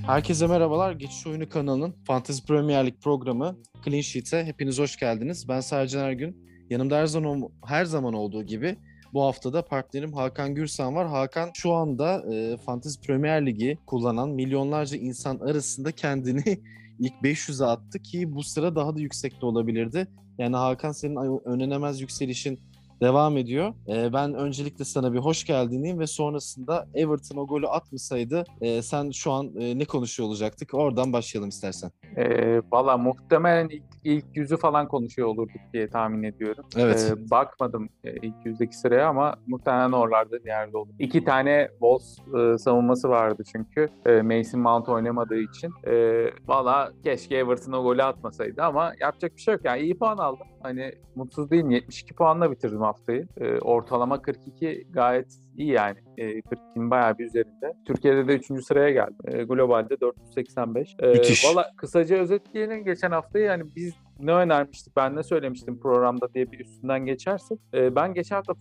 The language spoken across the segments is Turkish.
Herkese merhabalar. Geçiş Oyunu kanalının Fantasy Premier Lig programı Clean Sheet'e hepiniz hoş geldiniz. Ben Sercan Ergün. Yanımda her zaman olduğu gibi bu haftada partnerim Hakan Gürsan var. Hakan şu anda Fantasy Premier Lig'i kullanan milyonlarca insan arasında kendini ilk 500'e attı ki bu sıra daha da yüksekte olabilirdi. Yani Hakan, senin önlenemez yükselişin devam ediyor. Ben öncelikle sana bir hoş geldin diyeyim ve sonrasında Everton o golü atmasaydı sen şu an ne konuşuyor olacaktık? Oradan başlayalım istersen. Valla muhtemelen ilk yüzü falan konuşuyor olurduk diye tahmin ediyorum. Evet. Bakmadım ilk yüzdeki sıraya ama muhtemelen oralarda bir yerde olur. İki tane Wolves savunması vardı çünkü Mason Mount oynamadığı için. Valla keşke Everton o golü atmasaydı ama yapacak bir şey yok. Yani iyi puan aldım. Hani mutsuz değilim. 72 puanla bitirdim haftayı. Ortalama 42 gayet iyi yani. 42'nin bayağı bir üzerinde. Türkiye'de de 3. sıraya geldim. Globalde 485. Müthiş. Valla kısaca özetleyelim geçen haftayı. Yani biz ne önermiştik, ben ne söylemiştim programda diye bir üstünden geçersek. Ben geçen hafta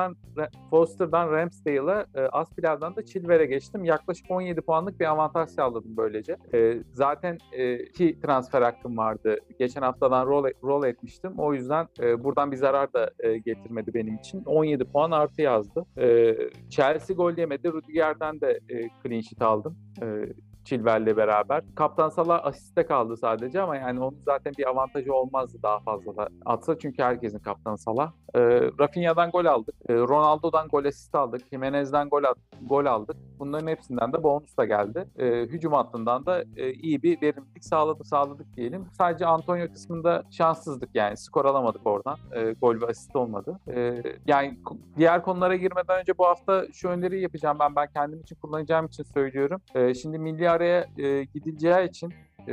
Foster'dan Ramsdale'a, Aspinall'dan da Chilwell'e geçtim. Yaklaşık 17 puanlık bir avantaj sağladım böylece. Zaten 2 transfer hakkım vardı. Geçen haftadan roll etmiştim. O yüzden buradan bir zarar da getirmedi benim için. 17 puan artı yazdı. Chelsea gol yemedi. Rudiger'den de clean sheet aldım. Chilwell'le beraber. Kaptan Salah asiste kaldı sadece ama yani onun zaten bir avantajı olmazdı daha fazla da atsa çünkü herkesin kaptanı Salah. Rafinha'dan gol aldık. Ronaldo'dan gol asist aldık. Jimenez'den gol aldık. Bunların hepsinden de bonus da geldi. Hücum hattından da iyi bir verimlilik sağladık diyelim. Sadece Antonio kısmında şanssızlık yani. Skor alamadık oradan. Gol ve asist olmadı. Yani diğer konulara girmeden önce bu hafta şu öneriyi yapacağım. Ben kendim için kullanacağım için söylüyorum. Şimdi milli araya gidileceği için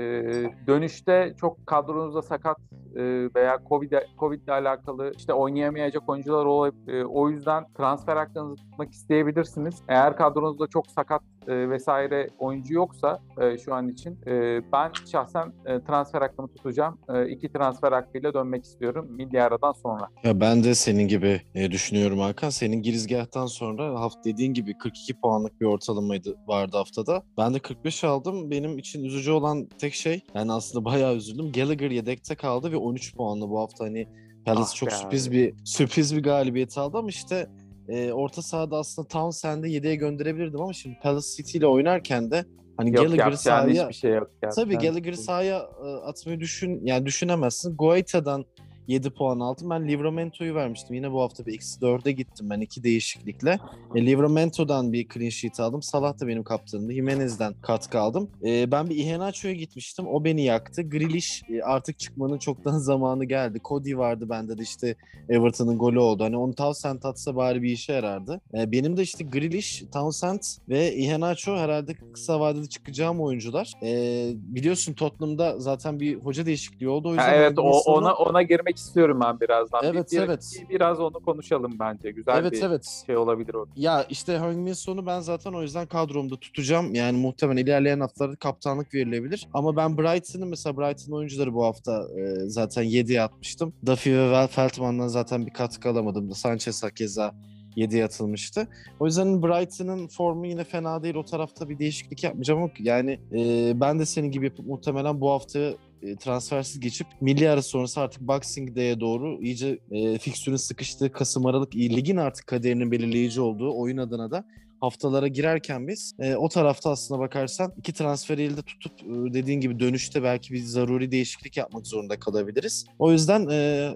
dönüşte çok kadronuzda sakat veya Covid ile alakalı işte oynayamayacak oyuncular olabilir. O yüzden transfer hakkınızı tutmak isteyebilirsiniz. Eğer kadronuzda çok sakat vesaire oyuncu yoksa şu an için ben şahsen transfer hakkımı tutacağım. 2 transfer hakkıyla dönmek istiyorum milli aradan sonra. Ya ben de senin gibi düşünüyorum Hakan. Senin girizgahtan sonra dediğin gibi 42 puanlık bir ortalamaydı vardı haftada. Ben de 45 aldım. Benim için üzücü olan tek şey, yani aslında bayağı üzüldüm. Gallagher yedekte kaldı ve 13 puanlı bu hafta. Hani Palace Ah çok be abi. sürpriz bir galibiyet aldı ama işte orta sahada aslında Townsend'i 7'ye gönderebilirdim ama şimdi Palace City ile oynarken de hani Yok, Gallagher'ı yapacağın hiçbir sahaya, şey yok. tabii Yapacağın hiçbir Gallagher'ı şey yok. sahaya atmayı düşünemezsin. Guaita'dan 7 puan aldım. Ben Livramento'yu vermiştim. Yine bu hafta bir -4'e gittim ben 2 değişiklikle. Livramento'dan bir clean sheet aldım. Salah da benim kaptanımdı. Jimenez'den katkı aldım. Ben bir Iheanacho'ya gitmiştim. O beni yaktı. Grealish artık çıkmanın çoktan zamanı geldi. Cody vardı bende de, işte Everton'ın golü oldu. Hani onu Townsend atsa bari bir işe yarardı. Benim de işte Grealish, Townsend ve Iheanacho herhalde kısa vadede çıkacağım oyuncular. Biliyorsun Tottenham'da zaten bir hoca değişikliği oldu. O Ha, yüzden evet, Heung-min ona girmek istiyorum ben birazdan. Evet, evet. Biraz onu konuşalım bence. Güzel Evet, bir evet. şey olabilir o. Ya işte Heung-min ben zaten o yüzden kadromda tutacağım. Yani muhtemelen ilerleyen haftalarda kaptanlık verilebilir. Ama ben Brighton oyuncuları bu hafta zaten 7'ye atmıştım. Duffy ve Veltman'dan zaten bir katkı alamadım. Sanchez hakeza 7'ye atılmıştı. O yüzden Brighton'ın formu yine fena değil. O tarafta bir değişiklik yapmayacağım ama yani ben de senin gibi yapıp muhtemelen bu hafta transfersiz geçip milli ara sonrası artık Boxing Day'e doğru iyice fikstürün sıkıştığı Kasım-Aralık ligin artık kaderinin belirleyici olduğu oyun adına da haftalara girerken biz o tarafta aslına bakarsan 2 transferi elde tutup dediğin gibi dönüşte belki bir zaruri değişiklik yapmak zorunda kalabiliriz. O yüzden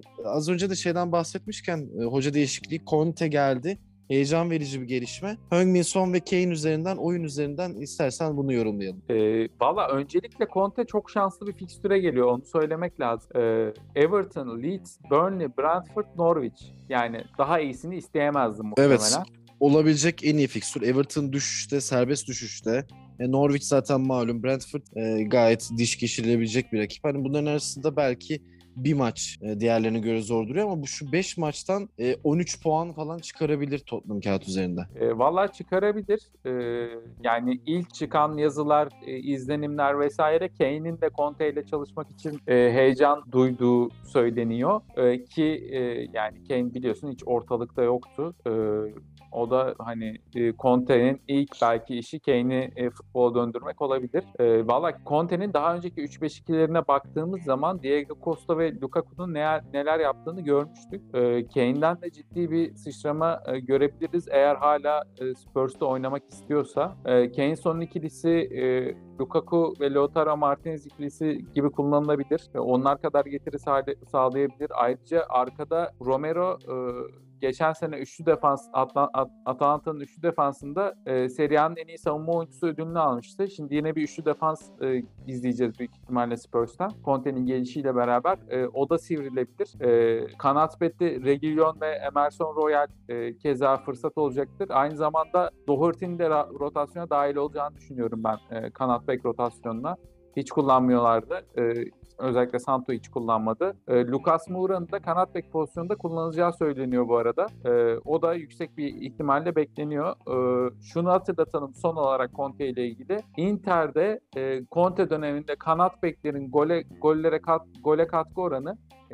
az önce de şeyden bahsetmişken hoca değişikliği, Conte geldi. Heyecan verici bir gelişme. Heung-min Son ve Kane üzerinden, oyun üzerinden istersen bunu yorumlayalım. Valla öncelikle Conte çok şanslı bir fikstüre geliyor. Onu söylemek lazım. Everton, Leeds, Burnley, Brentford, Norwich. Yani daha iyisini isteyemezdim Evet, muhtemelen. olabilecek en iyi fikstür. Everton düşüşte, serbest düşüşte. Norwich zaten malum. Brentford gayet diş geçirilebilecek bir rakip. Hani bunların arasında belki bir maç diğerlerine göre zor duruyor ama bu şu 5 maçtan 13 puan falan çıkarabilir Tottenham kağıt üzerinde. Valla çıkarabilir. Yani ilk çıkan yazılar, izlenimler vesaire Kane'in de Conte ile çalışmak için heyecan duyduğu söyleniyor. Ki yani Kane biliyorsun hiç ortalıkta yoktu. O da hani Conte'nin ilk belki işi Kane'i futbola döndürmek olabilir. Valla Conte'nin daha önceki 3-5-2'lerine baktığımız zaman Diego Costa ve Lukaku'nun neler yaptığını görmüştük. Kane'den de ciddi bir sıçrama görebiliriz eğer hala Spurs'ta oynamak istiyorsa. Kane son ikilisi Lukaku ve Lautaro Martinez ikilisi gibi kullanılabilir. Onlar kadar getiri sağlayabilir. Ayrıca arkada Romero geçen sene üçlü defans Atalanta'nın üçlü defansında Serie A'nın en iyi savunma oyuncusu ödülünü almıştı. Şimdi yine bir üçlü defans izleyeceğiz büyük ihtimalle Spurs'tan. Conte'nin gelişiyle beraber o da sivrilebilir. Kanat beki Reguilon ve Emerson Royal keza fırsat olacaktır. Aynı zamanda Doherty'nin de rotasyona dahil olacağını düşünüyorum ben kanat bek rotasyonuna. Hiç kullanmıyorlardı. Özellikle Santo hiç kullanmadı. Lucas Moura'nın da kanat bek pozisyonunda kullanılacağı söyleniyor bu arada. O da yüksek bir ihtimalle bekleniyor. Şunu hatırlatalım son olarak Conte ile ilgili. Inter'de Conte döneminde kanat beklerin gole katkı oranı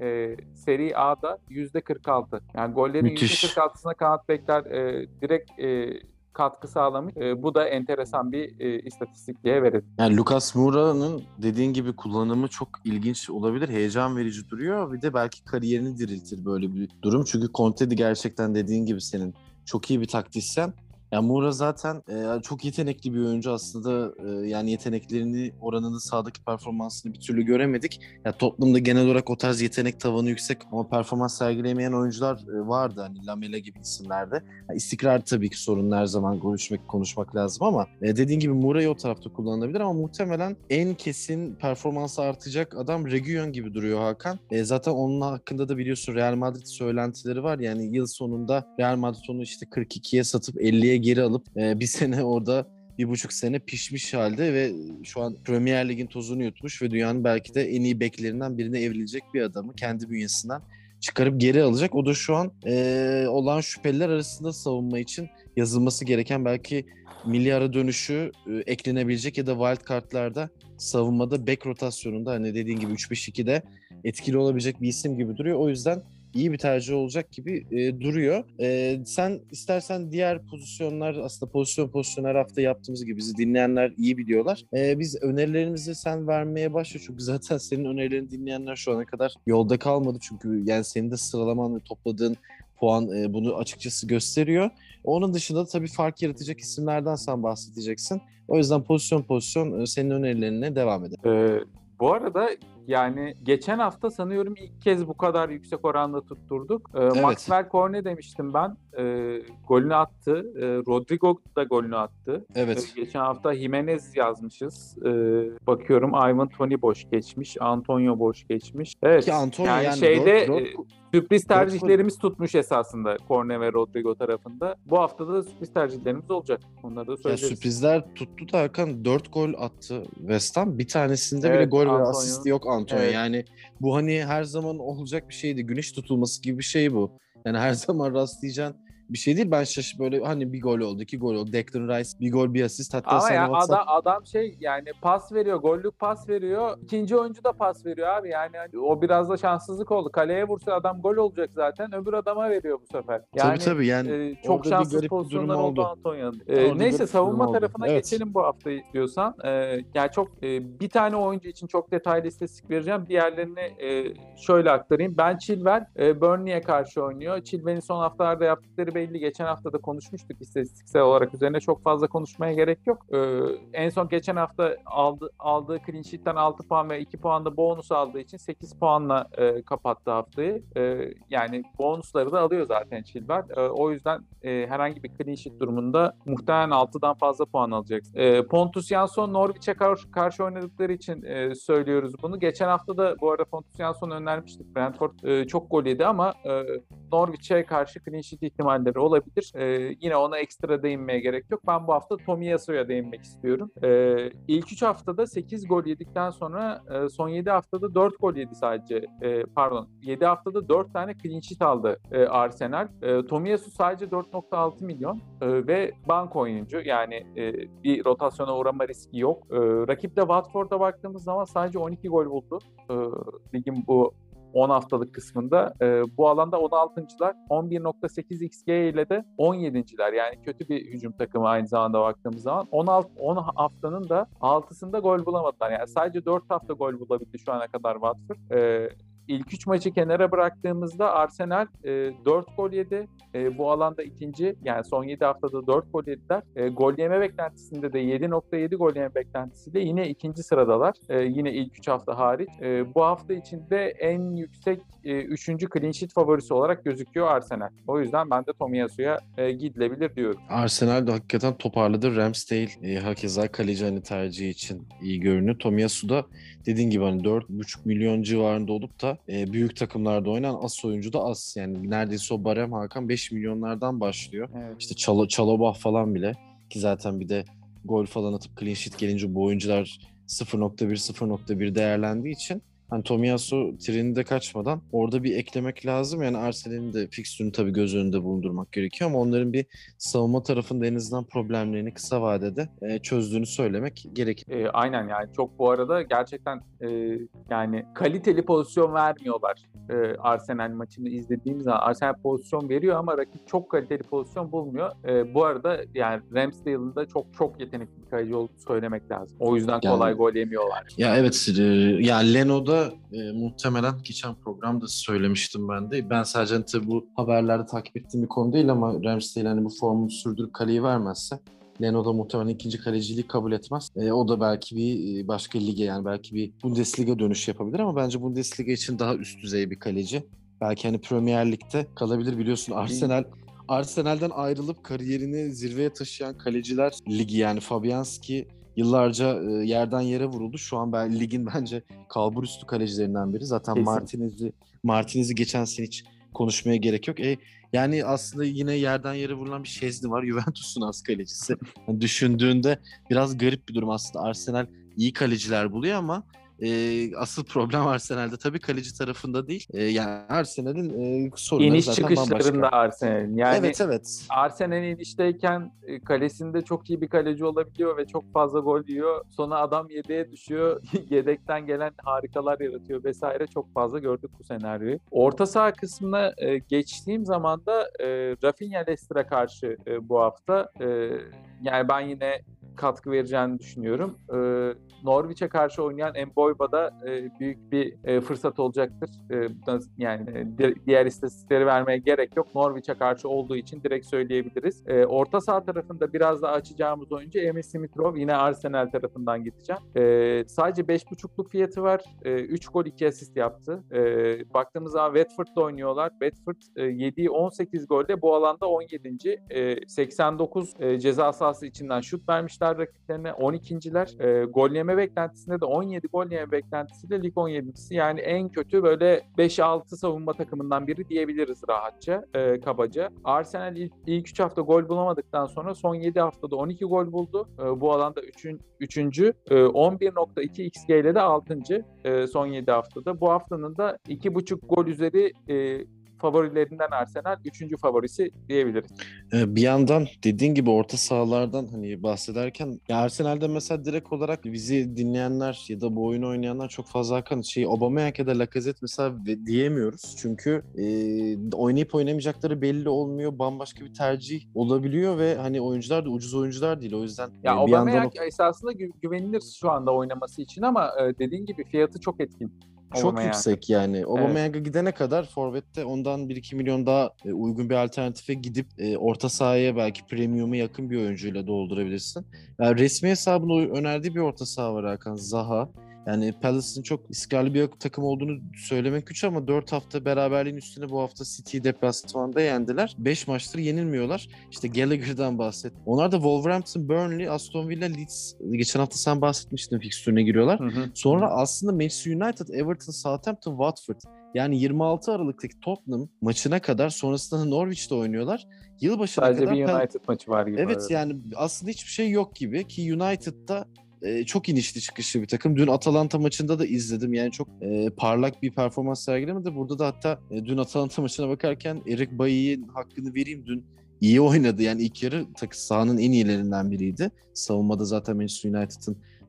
Serie A'da %46. Yani gollerin Müthiş. %46'sına kanat bekler direkt katkı sağlamış. Bu da enteresan bir istatistik diye verir. Yani Lucas Moura'nın dediğin gibi kullanımı çok ilginç olabilir. Heyecan verici duruyor. Bir de belki kariyerini diriltir böyle bir durum. Çünkü Conte de gerçekten dediğin gibi senin çok iyi bir taktisyen. Yani Moura zaten çok yetenekli bir oyuncu aslında. Yani yeteneklerini, oranını, sahadaki performansını bir türlü göremedik. Ya Tottenham'da genel olarak o tarz yetenek tavanı yüksek ama performans sergileyemeyen oyuncular vardı. Hani Lamela gibi isimlerde. Yani istikrar tabii ki sorun, her zaman konuşmak lazım ama dediğin gibi Moura'yı o tarafta kullanılabilir ama muhtemelen en kesin performansı artacak adam Reguilon gibi duruyor Hakan. Zaten onun hakkında da biliyorsun Real Madrid söylentileri var. Yani yıl sonunda Real Madrid onu işte 42'ye satıp 50'ye geri alıp bir sene orada 1,5 sene pişmiş halde ve şu an Premier Lig'in tozunu yutmuş ve dünyanın belki de en iyi beklerinden birine evrilecek bir adamı kendi bünyesinden çıkarıp geri alacak. O da şu an olan şüpheliler arasında savunma için yazılması gereken belki milyara dönüşü eklenebilecek ya da wild kartlarda savunmada bek rotasyonunda hani dediğin gibi 3-5-2'de etkili olabilecek bir isim gibi duruyor. O yüzden iyi bir tercih olacak gibi duruyor. Sen istersen diğer pozisyonlar aslında pozisyon her hafta yaptığımız gibi bizi dinleyenler iyi biliyorlar. Biz önerilerimizi sen vermeye başla çünkü zaten senin önerilerini dinleyenler şu ana kadar yolda kalmadı. Çünkü yani senin de sıralaman ve topladığın puan bunu açıkçası gösteriyor. Onun dışında da tabii fark yaratacak isimlerden sen bahsedeceksin. O yüzden pozisyon senin önerilerine devam edelim. Bu arada yani geçen hafta sanıyorum ilk kez bu kadar yüksek oranda tutturduk. Evet. Maxwell Cornet demiştim ben. Golünü attı. Rodrigo da golünü attı. Evet. Geçen hafta Jimenez yazmışız. Bakıyorum Ivan Toney boş geçmiş. Antonio boş geçmiş. Evet. Ki Antonio yani şeyde dört sürpriz tercihlerimiz tutmuş esasında Cornet ve Rodrigo tarafında. Bu haftada da sürpriz tercihlerimiz olacak. Onları da ya söyleriz. sürprizler tuttu da Hakan 4 gol attı West Ham. Bir tanesinde bile Evet, gol ve Antonio. asist yok Antonio. Evet. Yani bu hani her zaman olacak bir şeydi. Güneş tutulması gibi bir şey bu. Yani her zaman rastlayacağın bir şey değil. Ben şaşırıp böyle hani bir gol oldu, 2 gol oldu. Declan Rice bir gol bir asist. Hatta Ama sen ya WhatsApp adam şey yani pas veriyor, gollük pas veriyor. İkinci oyuncu da pas veriyor abi. Yani o biraz da şanssızlık oldu. Kaleye vursa adam gol olacak zaten. Öbür adama veriyor bu sefer. Yani tabii yani çok orada bir şanssız garip bir durum pozisyonlar oldu oldu. Antonio'nun. Orada Neyse garip bir durum savunma oldu. tarafına Evet. geçelim bu hafta istiyorsan. Yani çok bir tane oyuncu için çok detaylı istatistik vereceğim. Diğerlerini şöyle aktarayım. Ben Chilwell Burnley'e karşı oynuyor. Chilwell'in son haftalarda yaptıkları belli. Geçen hafta da konuşmuştuk istatistiksel olarak. Üzerine çok fazla konuşmaya gerek yok. En son geçen hafta aldığı clean sheet'ten 6 puan ve 2 puan da bonus aldığı için 8 puanla kapattı haftayı. Yani bonusları da alıyor zaten Chilwell. O yüzden herhangi bir clean sheet durumunda muhtemelen 6'dan fazla puan alacak. Pontus Jansson Norwich'e karşı oynadıkları için söylüyoruz bunu. Geçen hafta da bu arada Pontus Jansson'u önermiştik. Brentford çok gol yedi ama Norwich'e karşı clean sheet ihtimalleri olabilir. Yine ona ekstra değinmeye gerek yok. Ben bu hafta Tomiyasu'ya değinmek istiyorum. İlk 3 haftada 8 gol yedikten sonra son 7 haftada 4 gol yedi sadece. 7 haftada 4 tane clean sheet aldı Arsenal. Tomiyasu sadece 4,6 milyon ve bank oyuncu. Yani bir rotasyona uğrama riski yok. Rakip de Watford'a baktığımız zaman sadece 12 gol buldu. Ligin bu 10 haftalık kısmında. Bu alanda 16.'lar, 11.8 XG ile de 17.'ler. Yani kötü bir hücum takımı aynı zamanda baktığımız zaman. 10 haftanın da 6'sında gol bulamadılar. Yani sadece 4 hafta gol bulabildi şu ana kadar Watford. İlk 3 maçı kenara bıraktığımızda Arsenal 4 gol yedi. Bu alanda ikinci, yani son 7 haftada 4 gol yediler. Gol yeme beklentisinde de 7.7 gol yeme beklentisiyle yine ikinci sıradalar. Yine ilk 3 hafta hariç. Bu hafta içinde en yüksek 3. clean sheet favorisi olarak gözüküyor Arsenal. O yüzden ben de Tomiyasu'ya gidilebilir diyorum. Arsenal de hakikaten toparladı. Ramsdale hakeza kaleci hani tercihi için iyi görünüyor. Tomiyasu da dediğin gibi hani 4,5 milyon civarında olup da büyük takımlarda oynayan as oyuncu da az. Yani neredeyse o barem Hakan 5 milyonlardan başlıyor. Evet. İşte Çalobah falan bile, ki zaten bir de gol falan atıp clean sheet gelince bu oyuncular 0.1 değerlendiği için hani Tomiyasu treninde kaçmadan orada bir eklemek lazım. Yani Arsenal'in de fikstürünü tabii göz önünde bulundurmak gerekiyor ama onların bir savunma tarafında en azından problemlerini kısa vadede çözdüğünü söylemek gerekir. Aynen, yani çok bu arada gerçekten yani kaliteli pozisyon vermiyorlar. Arsenal maçını izlediğimiz zaman Arsenal pozisyon veriyor ama rakip çok kaliteli pozisyon bulmuyor. Bu arada yani Ramsdale'ın da çok çok yetenekli bir kaleci olduğunu söylemek lazım. O yüzden kolay Yani, gol yemiyorlar. ya evet, yani Leno'da muhtemelen geçen programda söylemiştim ben de. Ben sadece hani tabii bu haberlerde takip ettiğim bir konu değil ama Ramsdale hani bu formunu sürdürüp kaleyi vermezse Leno da muhtemelen ikinci kaleciliği kabul etmez. O da belki bir başka lige, yani belki bir Bundesliga dönüşü yapabilir ama bence Bundesliga için daha üst düzey bir kaleci. Belki hani Premier Lig'de kalabilir, biliyorsun Arsenal'den ayrılıp kariyerini zirveye taşıyan kaleciler ligi, yani Fabianski yıllarca yerden yere vuruldu. Şu an ligin bence kalburüstü kalecilerinden biri. Zaten Kesin. Martinez'i geçen sene hiç konuşmaya gerek yok. Yani aslında yine yerden yere vurulan bir Şezni var. Juventus'un az kalecisi. Yani düşündüğünde biraz garip bir durum aslında. Arsenal iyi kaleciler buluyor ama asıl problem Arsenal'de tabii kaleci tarafında değil. Yani Arsenal'in sorunları İniş zaten çıkışlarında bambaşka. Arsenal'in. Yani Evet. Arsenal inişteyken kalesinde çok iyi bir kaleci olabiliyor ve çok fazla gol yiyor. Sonra adam yedeğe düşüyor. Yedekten gelen harikalar yaratıyor vesaire. Çok fazla gördük bu senaryoyu. Orta saha kısmına geçtiğim zaman da Rafinha Leicester'a karşı bu hafta yani ben yine katkı vereceğini düşünüyorum. Norwich'e karşı oynayan Mboyba'da büyük bir fırsat olacaktır. Yani diğer istatistikleri vermeye gerek yok. Norwich'e karşı olduğu için direkt söyleyebiliriz. Orta saha tarafında biraz daha açacağımız oyuncu Emil Smith-Rowe. Yine Arsenal tarafından gideceğim. Sadece 5.5'luk fiyatı var. 3 gol 2 asist yaptı. Baktığımız zaman Watford'la oynuyorlar. Watford yediği 18 golde bu alanda 17. 89 ceza sahası içinden şut vermişler rakiplerine, 12.'ler. Gol yeme beklentisinde de 17 gol yeme beklentisiyle lig 17.'si. Yani en kötü böyle 5-6 savunma takımından biri diyebiliriz rahatça, kabaca. Arsenal ilk 3 hafta gol bulamadıktan sonra son 7 haftada 12 gol buldu. Bu alanda 3. 11.2 XG ile de 6. Son 7 haftada. Bu haftanın da 2.5 gol üzeri favorilerinden Arsenal 3. favorisi diyebiliriz. Bir yandan dediğin gibi orta sahalardan hani bahsederken ya Arsenal'de mesela direkt olarak bizi dinleyenler ya da bu oyunu oynayanlar çok fazla Aubameyang ya da Lacazette mesela diyemiyoruz. Çünkü oynayıp oynamayacakları belli olmuyor. Bambaşka bir tercih olabiliyor ve hani oyuncular da ucuz oyuncular değil. O yüzden Ya bir yandan Aubameyang esasında güvenilir şu anda oynaması için ama dediğin gibi fiyatı çok etkin. çok yüksek yani. Aubameyang'a Evet. gidene kadar forvette ondan 1-2 milyon daha uygun bir alternatife gidip orta sahaya belki premium'a yakın bir oyuncuyla doldurabilirsin. Yani resmi hesabında önerdiği bir orta saha var Hakan, Zaha. Yani Palace'ın çok istikrarlı bir takım olduğunu söylemek güç ama 4 hafta beraberliğin üstüne bu hafta City'yi deplasmanda yendiler. 5 maçtır yenilmiyorlar. İşte Gallagher'dan bahset. Onlar da Wolverhampton, Burnley, Aston Villa, Leeds. Geçen hafta sen bahsetmiştin, fikstürüne giriyorlar. Sonra aslında Manchester United, Everton, Southampton, Watford. Yani 26 Aralık'taki Tottenham maçına kadar, sonrasında Norwich'te oynuyorlar. Yılbaşına Sadece kadar bir United maçı var gibi. evet, yani aslında hiçbir şey yok gibi ki United'da çok inişli çıkışlı bir takım. Dün Atalanta maçında da izledim. Yani çok parlak bir performans sergilemedi. Burada da hatta dün Atalanta maçına bakarken Eric Bailly'in hakkını vereyim. Dün iyi oynadı. Yani ilk yarı sahanın en iyilerinden biriydi. Savunmada zaten Manchester United'ın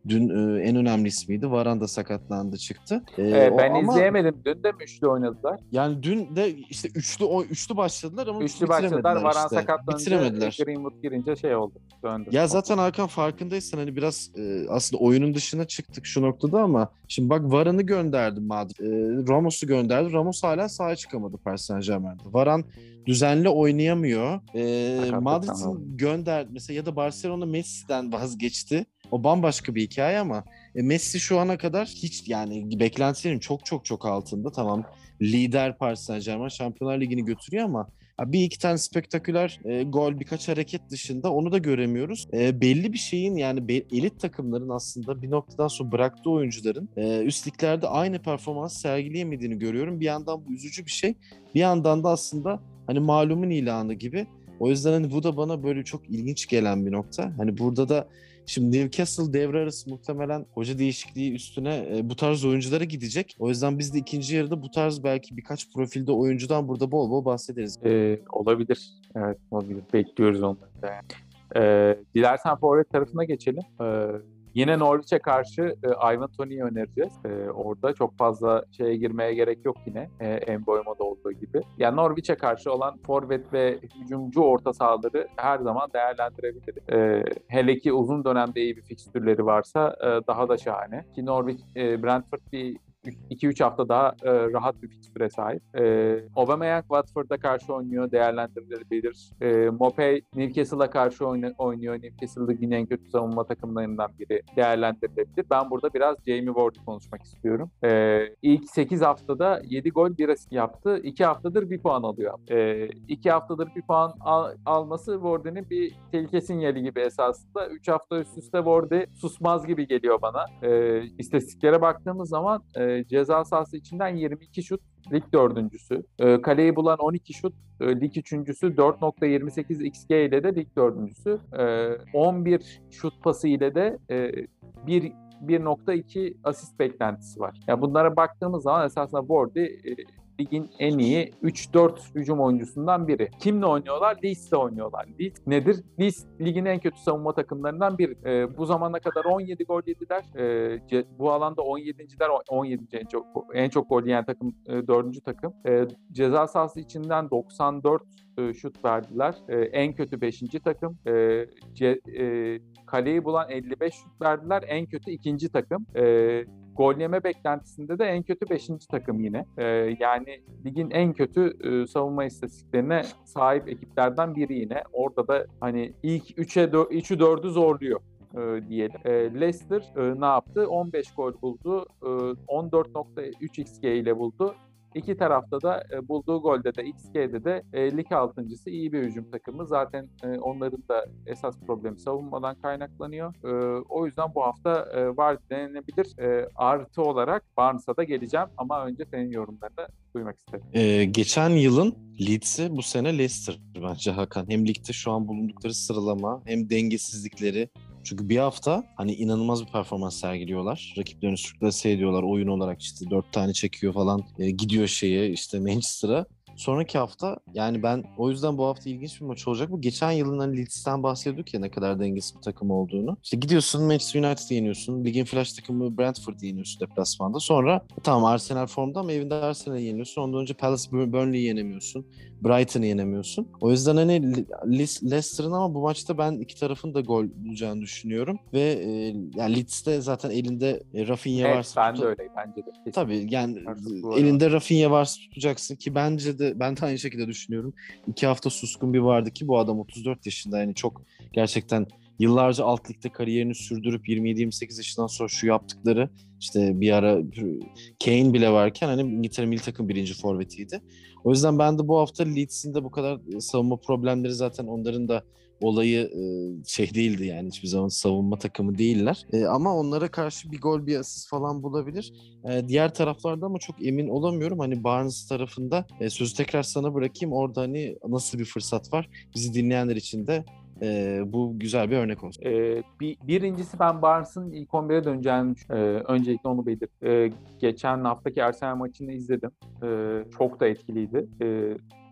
dün en önemli ismiydi. Varan da sakatlandı çıktı. Ben Ama izleyemedim. Dün de mi üçlü oynadılar? yani dün de işte üçlü başladılar ama üçlü Üçlü başladılar. bitiremediler Varan işte. sakatlanınca Bitiremediler. Greenwood girince şey oldu. Döndü. Ya zaten Hakan farkındaysan hani biraz aslında oyunun dışına çıktık şu noktada ama şimdi bak Varan'ı gönderdi Madrid. Ramos'u gönderdi. Ramos hala sahaya çıkamadı Paris Saint-Germain'de. Varan düzenli oynayamıyor. Sakatlıktan oldu. Madrid'in gönder mesela ya da Barcelona Messi'den vazgeçti. O bambaşka bir hikaye ama Messi şu ana kadar hiç yani beklentilerin çok çok çok altında. Tamam lider Paris Saint-Germain Şampiyonlar Ligi'ni götürüyor ama bir iki tane spektaküler gol, birkaç hareket dışında onu da göremiyoruz. Belli bir şeyin yani elit takımların aslında bir noktadan sonra bıraktığı oyuncuların üst liglerde aynı performans sergileyemediğini görüyorum. Bir yandan bu üzücü bir şey. Bir yandan da aslında hani malumun ilanı gibi. O yüzden hani bu da bana böyle çok ilginç gelen bir nokta. Hani burada da şimdi Newcastle devre arası muhtemelen hoca değişikliği üstüne bu tarz oyunculara gidecek. O yüzden biz de ikinci yarıda bu tarz belki birkaç profilde oyuncudan burada bol bol bahsederiz. Olabilir. Evet, olabilir. Bekliyoruz onları da yani. Dilersen forvet tarafına geçelim. Yine Norwich'e karşı Ivan Toney'i önereceğiz. Orada çok fazla şeye girmeye gerek yok yine. Mbeumo'da olduğu gibi. Yani Norwich'e karşı olan forvet ve hücumcu orta sahaları her zaman değerlendirebiliriz. Hele ki uzun dönemde iyi bir fikstürleri varsa daha da şahane. Ki Norwich, Brentford bir 2-3 hafta daha rahat bir fikstüre sahip. Aubameyang Watford'a karşı oynuyor, değerlendirilebilir. Mopey Newcastle'a karşı oynuyor. Newcastle Ligi'nin en kötü savunma takımlarından biri, değerlendirilebilir. Ben burada biraz Jamie Ward'u konuşmak istiyorum. İlk 8 haftada 7 gol 1 asist yaptı. 2 haftadır 1 puan alıyor. 2 haftadır 1 puan alması Ward'un bir tehlike sinyali gibi esasında. 3 hafta üst üste Ward susmaz gibi geliyor bana. İstatistiklere baktığımız zaman ceza sahası içinden 22 şut, lig dördüncüsü. Kaleyi bulan 12 şut, lig üçüncüsü. 4.28 XG ile de lig dördüncüsü. 11 şut pası ile de 1.2 asist beklentisi var. Yani bunlara baktığımız zaman esasında Ward'ı ligin en iyi 3-4 hücum oyuncusundan biri. Kimle oynuyorlar? Leeds'le oynuyorlar. Leeds nedir? Leeds ligin en kötü savunma takımlarından biri. Bu zamana kadar 17 gol yediler. Bu alanda 17.'ler 17. en çok gol yiyen takım 4. takım. Ceza sahası içinden 94 şut verdiler. En kötü 5. takım. Kaleyi bulan 55 şut verdiler. En kötü 2. takım. Gol yeme beklentisinde de en kötü 5. takım yine. Yani ligin en kötü savunma istatistiklerine sahip ekiplerden biri yine. Orada da hani ilk 3'ü 4'ü zorluyor diyelim. Leicester ne yaptı? 15 gol buldu. 14.3 XG ile buldu. İki tarafta da bulduğu golde de XG'de de lig 6.'sı iyi bir hücum takımı. Zaten onların da esas problemi savunmadan kaynaklanıyor. O yüzden bu hafta var denenebilir. Artı olarak Barnes'a da geleceğim ama önce senin yorumlarını duymak istedim. Geçen yılın Leeds'i bu sene Leicester bence Hakan. Hem ligde şu an bulundukları sıralama hem dengesizlikleri. Çünkü bir hafta hani inanılmaz bir performans sergiliyorlar. Rakiplerini sürklase ediyorlar. Oyun olarak işte 4 tane çekiyor falan. Gidiyor şeye işte Manchester'a. Sonraki hafta yani ben o yüzden bu hafta ilginç bir maç olacak. Bu geçen yılın hani Leeds'ten bahsediyorduk ya ne kadar dengesiz bir takım olduğunu. İşte gidiyorsun Manchester United'ı yeniyorsun. Ligin flash takımı Brentford'u yeniyorsun deplasmanda. Sonra tamam Arsenal formda ama evinde Arsenal'i yeniyorsun. Ondan önce Palace Burnley'i yenemiyorsun. Brighton'ı yenemiyorsun. O yüzden hani Leicester'ın ama bu maçta ben iki tarafın da gol bulacağını düşünüyorum. Ve yani Leeds'te zaten elinde Rafinha Evet, varsa ben de öyle. Bence de. Kesin. tabii yani Artık elinde Rafinha varsa tutacaksın ki bence de ben de aynı şekilde düşünüyorum. 2 hafta suskun bir vardı ki bu adam 34 yaşında yani çok gerçekten yıllarca alt ligde kariyerini sürdürüp 27-28 yaşından sonra şu yaptıkları işte bir ara Kane bile varken hani İngiltere milli takım birinci forvetiydi. O yüzden ben de bu hafta Leeds'in de bu kadar savunma problemleri zaten onların da olayı şey değildi yani hiçbir zaman savunma takımı değiller. Ama onlara karşı bir gol bir asist falan bulabilir. Diğer taraflarda ama çok emin olamıyorum. Hani Barnes tarafında sözü tekrar sana bırakayım. Orada hani nasıl bir fırsat var? Bizi dinleyenler için de bu güzel bir örnek olsun. Birincisi ben Barnes'ın ilk 11'e döneceğini düşünüyorum. Öncelikle onu geçen haftaki Arsenal maçını izledim. Çok da etkiliydi.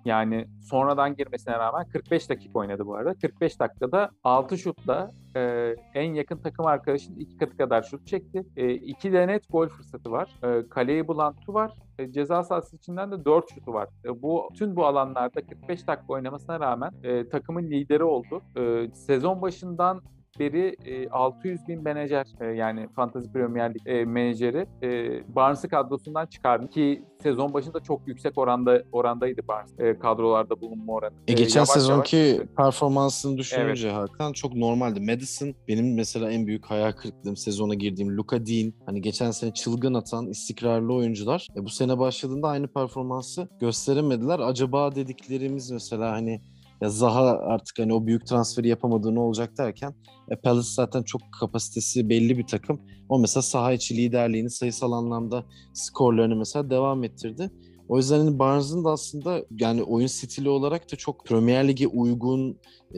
Yani sonradan girmesine rağmen 45 dakika oynadı bu arada. 45 dakikada 6 şutla en yakın takım arkadaşının 2 katı kadar şut çekti. 2 de net gol fırsatı var. Kaleyi bulan tu var. Ceza sahası içinden de 4 şutu var. Tüm bu alanlarda 45 dakika oynamasına rağmen takımın lideri oldu. Sezon başından beri 600 bin menajer yani Fantasy Premier Lig menajeri Barnes'ı kadrosundan çıkardı ki sezon başında çok yüksek orandaydı Barnes kadrolarda bulunma oranı. Geçen Yavaş sezonki yavaş performansını evet. düşününce Hakan çok normaldi. Madison benim mesela en büyük hayal kırıklığım sezona girdiğim Luka Dean. Hani geçen sene çılgın atan istikrarlı oyuncular. Bu sene başladığında aynı performansı gösteremediler. Acaba dediklerimiz mesela hani ya Zaha artık hani o büyük transferi yapamadığı ne olacak derken Palace zaten çok kapasitesi belli bir takım. O mesela saha içi liderliğini sayısal anlamda skorlarını mesela devam ettirdi. O yüzden hani Barnes'ın da aslında yani oyun stili olarak da çok Premier Lig'e uygun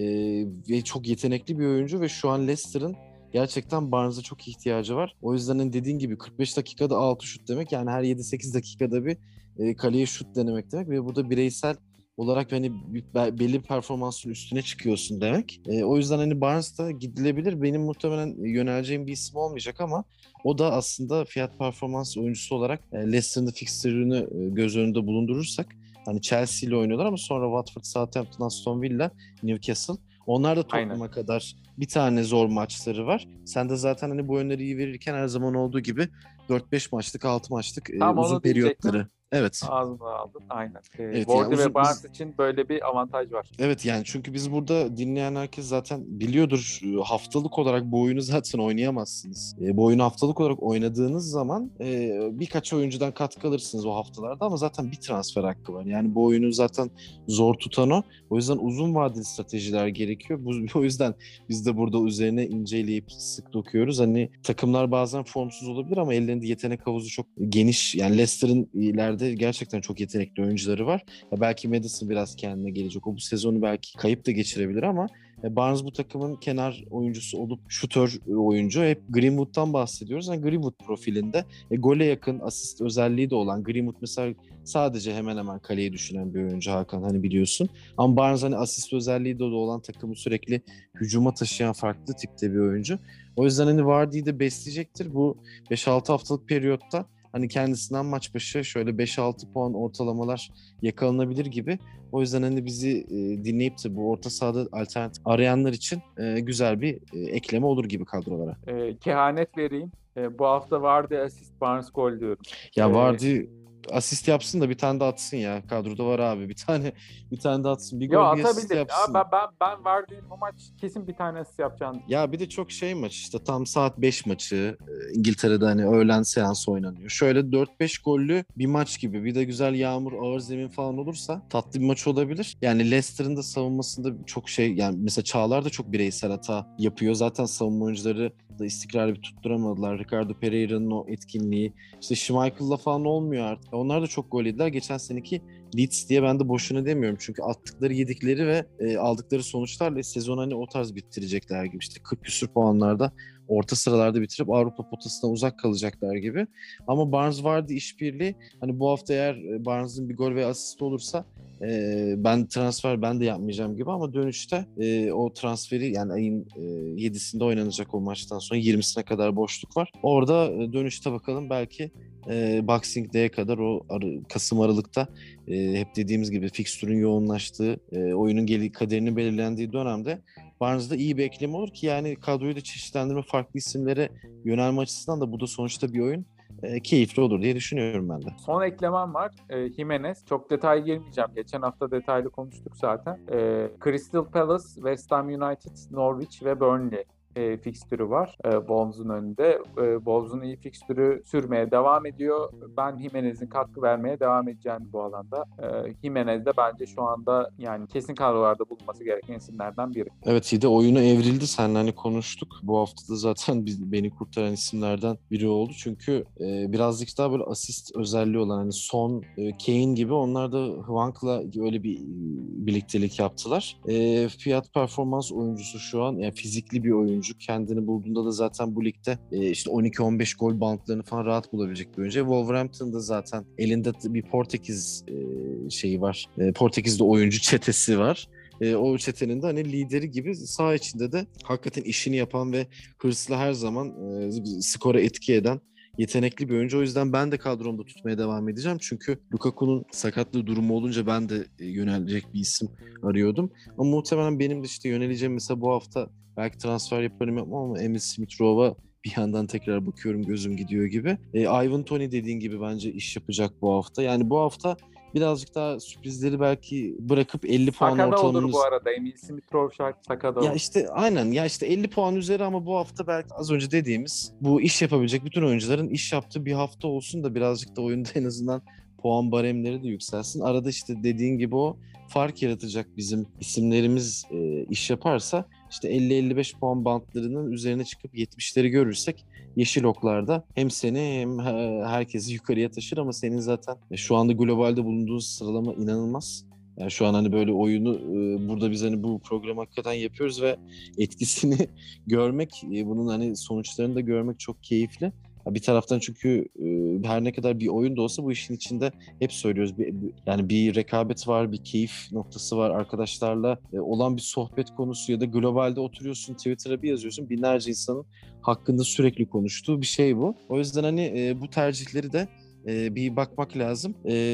ve çok yetenekli bir oyuncu ve şu an Leicester'ın gerçekten Barnes'a çok ihtiyacı var. O yüzden hani dediğin gibi 45 dakikada 6 şut demek yani her 7-8 dakikada bir kaleye şut denemek demek ve burada bireysel olarak hani belli bir performansın üstüne çıkıyorsun demek. O yüzden hani Barnes da gidilebilir. Benim muhtemelen yöneleceğim bir isim olmayacak ama o da aslında fiyat performans oyuncusu olarak Leicester'ın fixtürünü göz önünde bulundurursak hani Chelsea ile oynuyorlar ama sonra Watford, Southampton, Aston Villa, Newcastle. Onlar da Aynen. Tottenham'a kadar bir tane zor maçları var. Sen de zaten hani bu öneriyi verirken her zaman olduğu gibi 4-5 maçlık, 6 maçlık Tam uzun onu diyecektim. periyotları. Evet. Ağzına aldın. Aynen. Evet yani Wardy ve uzun Barnes için böyle bir avantaj var. Evet yani çünkü biz burada dinleyen herkes zaten biliyordur haftalık olarak bu oyunu zaten oynayamazsınız. Bu oyunu haftalık olarak oynadığınız zaman birkaç oyuncudan katkı alırsınız o haftalarda ama zaten bir transfer hakkı var. Yani bu oyunu zaten zor tutan o. O yüzden uzun vadeli stratejiler gerekiyor. O yüzden biz de burada üzerine inceleyip sık dokuyoruz. Hani takımlar bazen formsuz olabilir ama ellerinde yetenek havuzu çok geniş. Yani Leicester'ın ileride gerçekten çok yetenekli oyuncuları var. Ya belki Madison biraz kendine gelecek. O bu sezonu belki kayıp da geçirebilir ama Barnes bu takımın kenar oyuncusu olup şutör oyuncu. Hep Greenwood'dan bahsediyoruz. Yani Greenwood profilinde gole yakın asist özelliği de olan Greenwood mesela sadece hemen hemen kaleyi düşünen bir oyuncu Hakan hani biliyorsun. Ama Barnes hani asist özelliği de olan takımı sürekli hücuma taşıyan farklı tipte bir oyuncu. O yüzden hani Vardy'yi de besleyecektir. Bu 5-6 haftalık periyotta hani kendisinden maç başı şöyle 5-6 puan ortalamalar yakalanabilir gibi. O yüzden hani bizi dinleyip de bu orta sahada alternatif arayanlar için güzel bir ekleme olur gibi kadrolara. Kehanet vereyim. Bu hafta Wardy asist Barnes gol diyorum. Ya E, Vardy asist yapsın da bir tane de atsın ya. Kadroda var abi. Bir tane de atsın. Bir Ya gol bir asist atabilir. Ya yapsın. ben Wardy'nin bu maç kesin bir tane asist yapacağını. Ya bir de çok şey maç işte tam saat 5 maçı İngiltere'de hani öğlen seansı oynanıyor. Şöyle 4-5 gollü bir maç gibi bir de güzel yağmur ağır zemin falan olursa tatlı bir maç olabilir. Yani Leicester'ın da savunmasında çok şey yani mesela Çağlar da çok bireysel hata yapıyor. Zaten savunma oyuncuları da istikrarlı bir tutturamadılar. Ricardo Pereira'nın o etkinliği işte Schmeichel'la falan olmuyor artık. Onlar da çok gol yediler. Geçen seneki Leeds diye ben de boşuna demiyorum. Çünkü attıkları, yedikleri ve aldıkları sonuçlarla sezon hani o tarz bitirecekler gibi. İşte 40 küsur puanlarda orta sıralarda bitirip Avrupa potasından uzak kalacaklar gibi. Ama Barnes vardı işbirliği. Hani bu hafta eğer Barnes'ın bir gol ve asist olursa ben de yapmayacağım gibi ama dönüşte o transferi yani ayın 7'sinde oynanacak o maçtan sonra 20'sine kadar boşluk var. Orada dönüşte bakalım belki Boxing Day'e kadar o Kasım Aralık'ta hep dediğimiz gibi fikstürün yoğunlaştığı, oyunun kaderini belirlendiği dönemde Barnes'da iyi bir ekleme olur ki yani kadroyu da çeşitlendirme farklı isimlere yönelme açısından da bu da sonuçta bir oyun keyifli olur diye düşünüyorum ben de. Son eklemem var. Jimenez. Çok detay girmeyeceğim. Geçen hafta detaylı konuştuk zaten. Crystal Palace, West Ham United, Norwich ve Burnley fikstürü var Wolves'un önünde. Wolves'un iyi fikstürü sürmeye devam ediyor. Ben Jimenez'in katkı vermeye devam edeceğini bu alanda. Jimenez de bence şu anda yani kesin kadrolarda bulunması gereken isimlerden biri. Evet iyi de oyunu evrildi. Seninle hani konuştuk. Bu hafta da zaten beni kurtaran isimlerden biri oldu. Çünkü birazcık daha böyle asist özelliği olan hani Son, Kane gibi onlar da Hwank'la öyle bir birliktelik yaptılar. Fiyat performans oyuncusu şu an yani fizikli bir oyuncu. oyuncu. Kendini bulduğunda da zaten bu ligde işte 12-15 gol bantlarını falan rahat bulabilecek bir oyuncu. Wolverhampton'da zaten elinde bir Portekiz şeyi var. Portekiz'de oyuncu çetesi var. O çetenin de hani lideri gibi, saha içinde de hakikaten işini yapan ve hırslı, her zaman skora etki eden yetenekli bir oyuncu. O yüzden ben de kadromda tutmaya devam edeceğim. Çünkü Lukaku'nun sakatlığı durumu olunca ben de yönelecek bir isim arıyordum. Ama muhtemelen benim de işte yöneleceğim, mesela bu hafta belki transfer yaparım yapmam ama Emil Smith-Rowe'a bir yandan tekrar bakıyorum, gözüm gidiyor gibi. Ivan Toney dediğin gibi bence iş yapacak bu hafta. Yani bu hafta birazcık daha sürprizleri belki bırakıp 50 puan Saka da olur bu ortalamanız... arada. Emil Smith-Rowe Saka da Ya olur. işte aynen, ya işte 50 puan üzeri, ama bu hafta belki az önce dediğimiz bu iş yapabilecek bütün oyuncuların iş yaptığı bir hafta olsun da birazcık da oyunda en azından puan baremleri de yükselsin. Arada işte dediğin gibi o fark yaratacak bizim isimlerimiz iş yaparsa, işte 50-55 puan bantlarının üzerine çıkıp 70'leri görürsek, yeşil oklarda hem seni hem herkesi yukarıya taşır. Ama senin zaten şu anda globalde bulunduğun sıralama inanılmaz. Yani şu an hani böyle oyunu burada biz hani bu programı hakikaten yapıyoruz ve etkisini görmek, bunun hani sonuçlarını da görmek çok keyifli. Ya bir taraftan çünkü her ne kadar bir oyun da olsa bu işin içinde, hep söylüyoruz, yani bir rekabet var, bir keyif noktası var. Arkadaşlarla olan bir sohbet konusu, ya da globalde oturuyorsun, Twitter'a bir yazıyorsun, binlerce insanın hakkında sürekli konuştuğu bir şey bu. O yüzden hani bu tercihleri de bir bakmak lazım.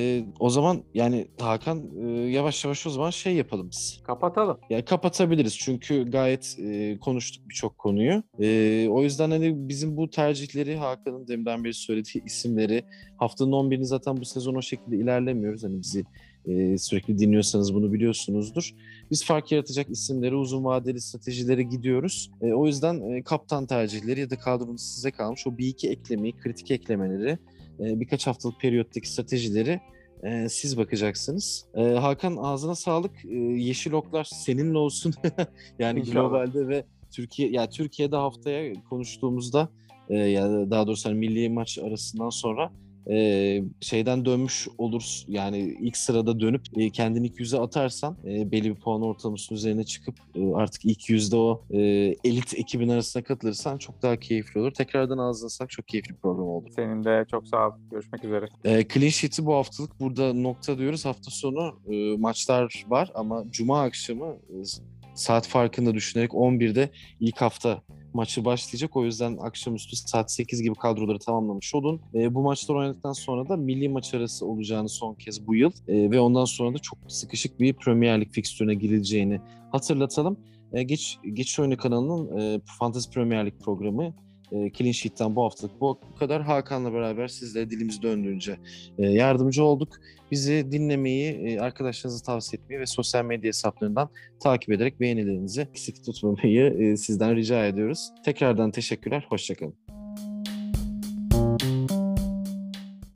O zaman yani Hakan, yavaş yavaş o zaman şey yapalım biz. Kapatalım. Yani kapatabiliriz çünkü gayet konuştuk birçok konuyu. O yüzden hani bizim bu tercihleri, Hakan'ın deminden beri söylediği isimleri, haftanın 11'ini zaten bu sezon o şekilde ilerlemiyoruz. Hani bizi sürekli dinliyorsanız bunu biliyorsunuzdur. Biz fark yaratacak isimleri, uzun vadeli stratejilere gidiyoruz. O yüzden kaptan tercihleri ya da kadronun size kalmış o bir iki eklemeyi, kritik eklemeleri, birkaç haftalık periyottaki stratejileri siz bakacaksınız. Hakan, ağzına sağlık. Yeşil oklar seninle olsun. Yani İnşallah. globalde ve Türkiye'de haftaya konuştuğumuzda, ya daha doğrusu hani milli maç arasından sonra şeyden dönmüş oluruz. Yani ilk sırada dönüp kendini ilk yüze atarsan, belli bir puan ortalamasının üzerine çıkıp artık ilk yüzde o elit ekibin arasına katılırsan çok daha keyifli olur. Tekrardan ağzına sağlık. Çok keyifli bir program oldu. Senin de çok sağ ol. Görüşmek üzere. Clean Sheet'i bu haftalık burada nokta diyoruz. Hafta sonu maçlar var ama Cuma akşamı saat farkında düşünerek 11'de ilk hafta maçı başlayacak. O yüzden akşamüstü saat 8 gibi kadroları tamamlamış olun. Bu maçlar oynadıktan sonra da milli maç arası olacağını son kez bu yıl ve ondan sonra da çok sıkışık bir Premier Lig fikstürüne girileceğini hatırlatalım. Geçiş Oyunu kanalının Fantasy Premier Lig programı Clean Sheet'ten bu haftalık bu kadar. Hakan'la beraber sizlere dilimiz döndüğünce yardımcı olduk. Bizi dinlemeyi, arkadaşlarınıza tavsiye etmeyi ve sosyal medya hesaplarından takip ederek beğenilerinizi eksik tutmamayı sizden rica ediyoruz. Tekrardan teşekkürler, hoşça kalın.